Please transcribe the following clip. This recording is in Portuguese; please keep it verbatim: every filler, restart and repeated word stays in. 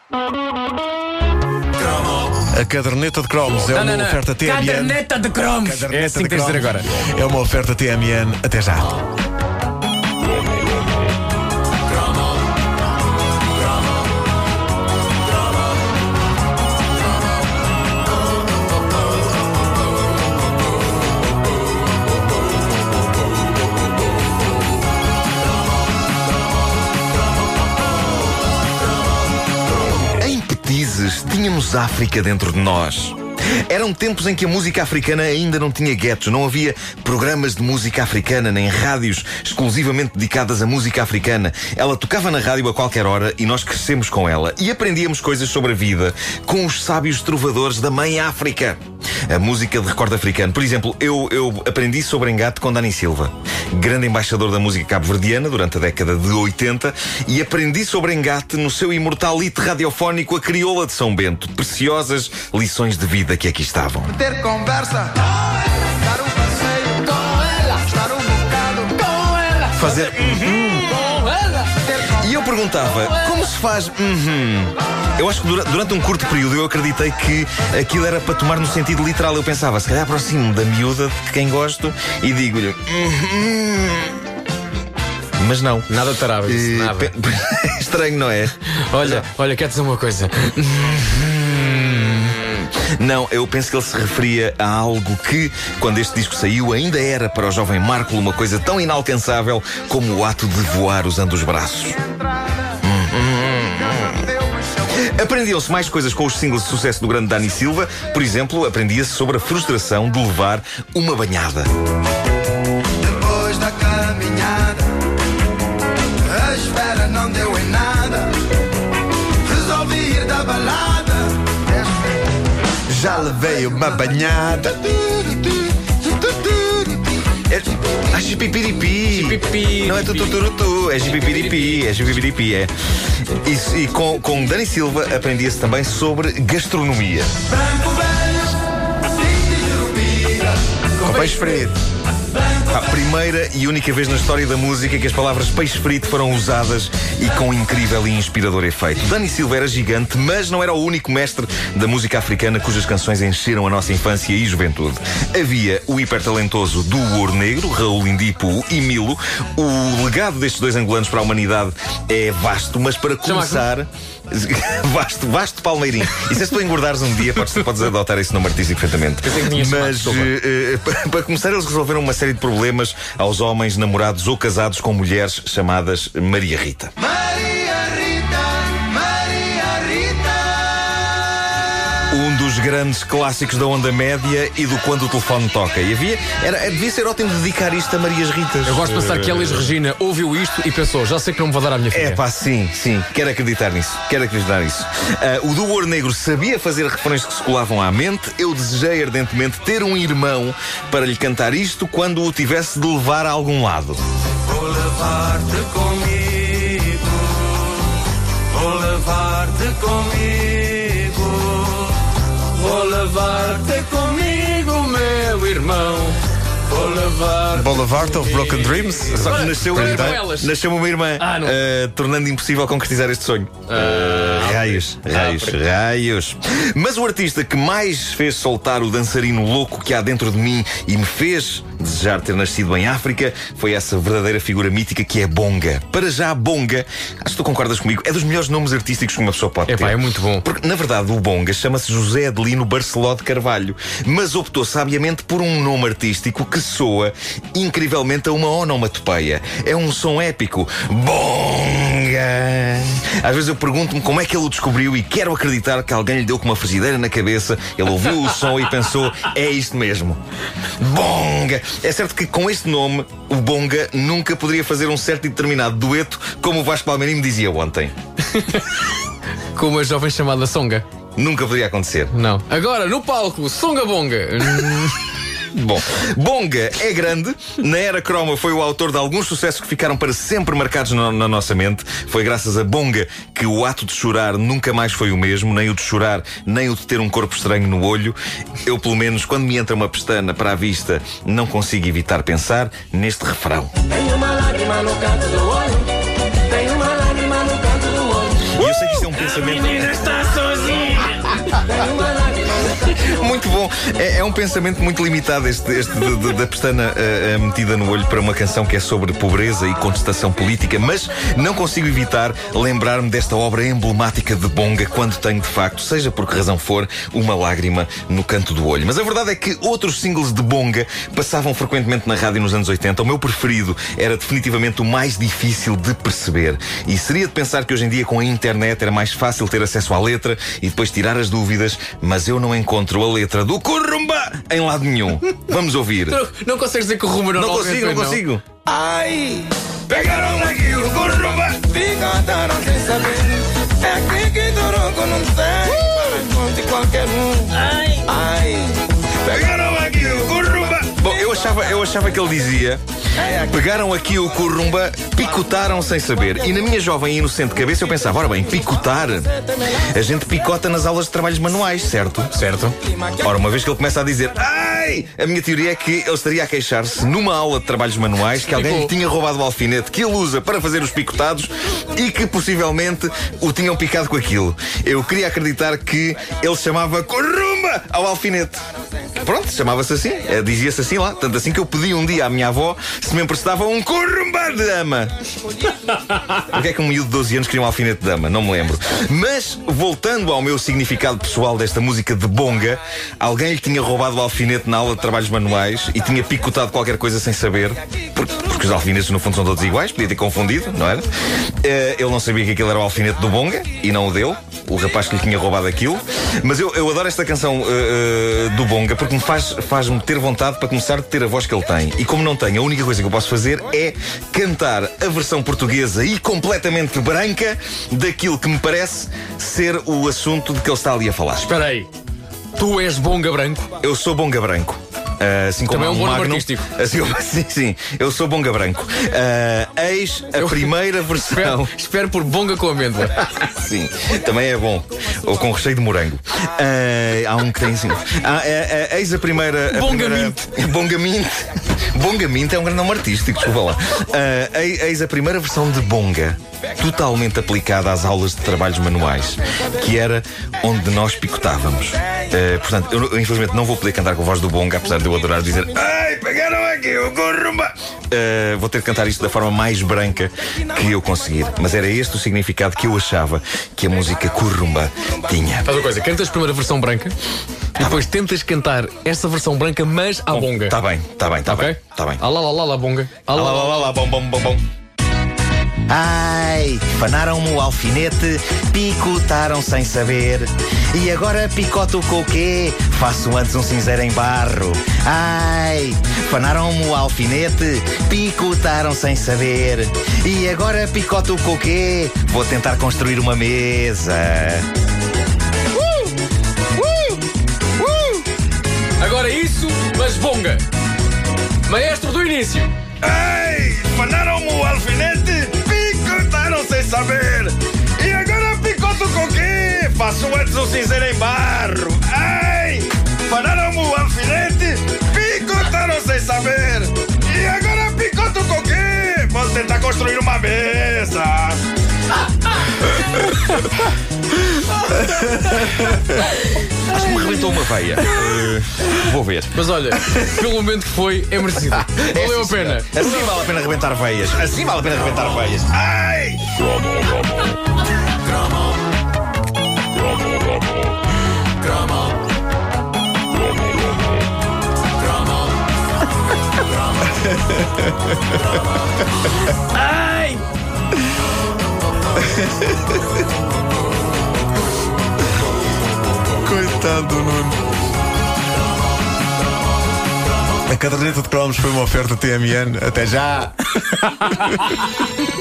A caderneta de cromos é Não, uma não, não. oferta T M N. Caderneta de cromos. Caderneta É assim de que tens de dizer cromos. agora. É uma oferta T M N. Até já. Tínhamos África dentro de nós. Eram tempos em que a música africana ainda não tinha guetos. Não havia programas de música africana, nem rádios exclusivamente dedicadas à música africana. Ela tocava na rádio a qualquer hora e nós crescemos com ela. E aprendíamos coisas sobre a vida com os sábios trovadores da Mãe África. A música de recorde africano. Por exemplo, eu, eu aprendi sobre engate com Dani Silva, grande embaixador da música cabo-verdiana durante a década de oitenta, e aprendi sobre engate no seu imortal hit radiofónico A Crioula de São Bento. Preciosas lições de vida que aqui estavam. Ter conversa, dar um passeio com ela, estar um bocado com ela, Fazer uhum. com ela. E eu perguntava, como se faz uhum? Eu acho que dura, durante um curto período eu acreditei que aquilo era para tomar no sentido literal. Eu pensava, se calhar aproximo da miúda de quem gosto e digo-lhe uhum. Mas não. Nada tarava isso, Eh, nada. pe- Estranho, não é? Olha, olha, quero dizer uma coisa. Não, eu penso que ele se referia a algo que, quando este disco saiu, ainda era para o jovem Marco uma coisa tão inalcançável como o ato de voar usando os braços. Aprendiam-se mais coisas com os singles de sucesso do grande Dani Silva. Por exemplo, aprendia-se sobre a frustração de levar uma banhada. Depois da caminhada, a espera não deu em nada. Resolvi ir da balada. Já levei uma banhada. É, ah, jipipiripi. Jipipiripi. Não é tututurutu, é jipipiripi, é jipipiripi, é. Isso, e com, com Dani Silva aprendia-se também sobre gastronomia. Branco velho, cinto de jurupira. Com peixe frito. A primeira e única vez na história da música que as palavras peixe frito foram usadas e com um incrível e inspirador efeito. Dani Silva era gigante, mas não era o único mestre da música africana cujas canções encheram a nossa infância e juventude. Havia o hipertalentoso do Ouro Negro, Raul Indipo e Milo. O legado destes dois angolanos para a humanidade é vasto, mas para começar... Vasto, vasto Palmeirinho. E se tu engordares um dia, podes, podes adotar esse nome artístico perfeitamente. Mas, uh, uh, para começar, eles resolveram uma série de problemas aos homens namorados ou casados com mulheres chamadas Maria Rita. Maria Rita, Maria Rita. Um dos grandes clássicos da onda média e do Quando o Telefone Toca. E havia, era, devia ser ótimo dedicar isto a Marias Ritas. Eu gosto de pensar que a Elis Regina ouviu isto e pensou, já sei que não me vou dar à minha filha. É pá, sim, sim, quero acreditar nisso, quero acreditar nisso. Uh, o do Ouro Negro sabia fazer refrões que se colavam à mente. Eu desejei ardentemente ter um irmão para lhe cantar isto quando o tivesse de levar a algum lado. Vou levar-te comigo, vou levar-te comigo, vou levar-te comigo, meu irmão. Vou levar-te. Boulevard of Broken Dreams. Só que nasceu, Olha para elas. nasceu uma irmã, Ah, não. uh, tornando impossível concretizar este sonho. Uh, raios, raios, raios. Mas o artista que mais fez soltar o dançarino louco que há dentro de mim e me fez desejar ter nascido em África foi essa verdadeira figura mítica que é Bonga. Para já, Bonga, acho que tu concordas comigo, é dos melhores nomes artísticos que uma pessoa pode ter. Epá, é muito bom. Porque, na verdade, o Bonga chama-se José Adelino Barceló de Carvalho, mas optou sabiamente por um nome artístico que soa incrivelmente a uma onomatopeia. É um som épico. Bonga! Às vezes eu pergunto-me como é que ele o descobriu e quero acreditar que alguém lhe deu com uma frigideira na cabeça, ele ouviu o som e pensou, é isto mesmo. Bonga! É certo que com este nome, o Bonga nunca poderia fazer um certo e determinado dueto, como o Vasco Palmeirinho me dizia ontem. Com uma jovem chamada Songa. Nunca poderia acontecer. Não. Agora, no palco, Songa Bonga. Bom, Bonga é grande. Na era croma foi o autor de alguns sucessos que ficaram para sempre marcados na, na nossa mente. Foi graças a Bonga que o ato de chorar nunca mais foi o mesmo. Nem o de chorar, nem o de ter um corpo estranho no olho. Eu, pelo menos, quando me entra uma pestana para a vista, não consigo evitar pensar neste refrão. Tenho uma lágrima no canto do olho, tenho uma lágrima no canto do olho. E eu sei que isto é um pensamento pensamento. está sozinha. Muito bom. É, é um pensamento muito limitado este, este de- de- da pestana uh, uh, metida no olho para uma canção que é sobre pobreza e contestação política, mas não consigo evitar lembrar-me desta obra emblemática de Bonga quando tenho, de facto, seja por que razão for, uma lágrima no canto do olho. Mas a verdade é que outros singles de Bonga passavam frequentemente na rádio nos anos oitenta. O meu preferido era definitivamente o mais difícil de perceber. E seria de pensar que hoje em dia, com a internet, era mais fácil ter acesso à letra e depois tirar as dúvidas, mas eu não encontro a letra do Currumba em lado nenhum. Vamos ouvir. Não, não consegues dizer que o rumo Não normalmente, consigo, não pois consigo. Ai, Pegaram aqui o Currumba. picotaram sem saber. É aqui que Toronco não tem. Para de qualquer um. Ai, ai. Pegaram aqui o Currumba. Bom, eu achava, eu achava que ele dizia: pegaram aqui o Currumba, picotaram sem saber. E na minha jovem e inocente cabeça eu pensava: ora bem, picotar. A gente picota nas aulas de trabalhos manuais, certo? Certo. Ora, uma vez que ele começa a dizer ai, a minha teoria é que ele estaria a queixar-se numa aula de trabalhos manuais que alguém lhe tinha roubado o alfinete que ele usa para fazer os picotados e que possivelmente o tinham picado com aquilo. Eu queria acreditar que ele chamava Currumba ao alfinete. Pronto, chamava-se assim, eh, dizia-se assim lá. Tanto assim que eu pedi um dia à minha avó se me emprestava um Currumba de dama. Porque é que um miúdo de doze anos queria um alfinete de dama? Não me lembro. Mas, voltando ao meu significado pessoal desta música de Bonga, alguém lhe tinha roubado o alfinete na aula de trabalhos manuais e tinha picotado qualquer coisa sem saber, porque, porque os alfinetes no fundo são todos iguais, podia ter confundido, não era? Eh, ele não sabia que aquilo era o alfinete do Bonga e não o dele, o rapaz que lhe tinha roubado aquilo. Mas eu, eu adoro esta canção uh, uh, do Bonga porque me faz, faz-me ter vontade para começar a ter a voz que ele tem. E como não tenho, a única coisa que eu posso fazer é cantar a versão portuguesa e completamente branca daquilo que me parece ser o assunto de que ele está ali a falar. Espera aí. Tu és Bonga Branco? Eu sou Bonga Branco. Uh, assim como Também é um há bom nome Magnum. artístico. Assim, como- sim, sim, eu sou Bonga Branco. Uh, eis a Eu- primeira versão. Espero, espero por Bonga com amêndoa. Sim, também é bom. Ou com recheio de morango. Ah, há um que tem assim. Ah, é, é, eis a primeira. A Bongamint. primeira- Bongamint. Bongamint é um grande nome artístico, desculpa lá. Ah, eis, eis a primeira versão de Bonga, totalmente aplicada às aulas de trabalhos manuais, que era onde nós picotávamos. Ah, portanto, eu, eu infelizmente não vou poder cantar com a voz do Bonga, apesar de eu adorar dizer ai, pegaram aqui o Currumba. Ah, vou ter de cantar isto da forma mais branca que eu conseguir. Mas era este o significado que eu achava que a música Currumba tinha. Faz uma coisa, cantas primeiro a versão branca e depois tentas cantar essa versão branca, mas à Bonga. Tá bem, tá bem, tá Ok? bem, tá bem. Ah lá lá lá lá Bonga. Ah lá Lá, lá lá, lá. lá, lá, bom, bom, bom, bom. Ai, fanaram-me o alfinete, picotaram sem saber. E agora picoto com o quê? Faço antes um cinzeiro em barro. Ai, fanaram-me o alfinete, picotaram sem saber. E agora picoto com o quê? Vou tentar construir uma mesa. Agora isso, mas Bonga. Maestro do início. Ai, fanaram-me o alfinete, picotaram sem saber. E agora picoto com o quê? Faço antes um cinzeiro em barro. Ai, fanaram-me o alfinete, picotaram sem saber. E agora picoto com o quê? Vou tentar construir uma mesa. Acho que me rebentou uma veia. Eh, vou ver. Mas olha, pelo momento que foi, é merecido. Valeu a pena. Assim vale a pena rebentar veias. Assim vale a pena rebentar veias. Ai! Ai! Coitado do Nuno. A caderneta de cromos foi uma oferta T M N. Até já!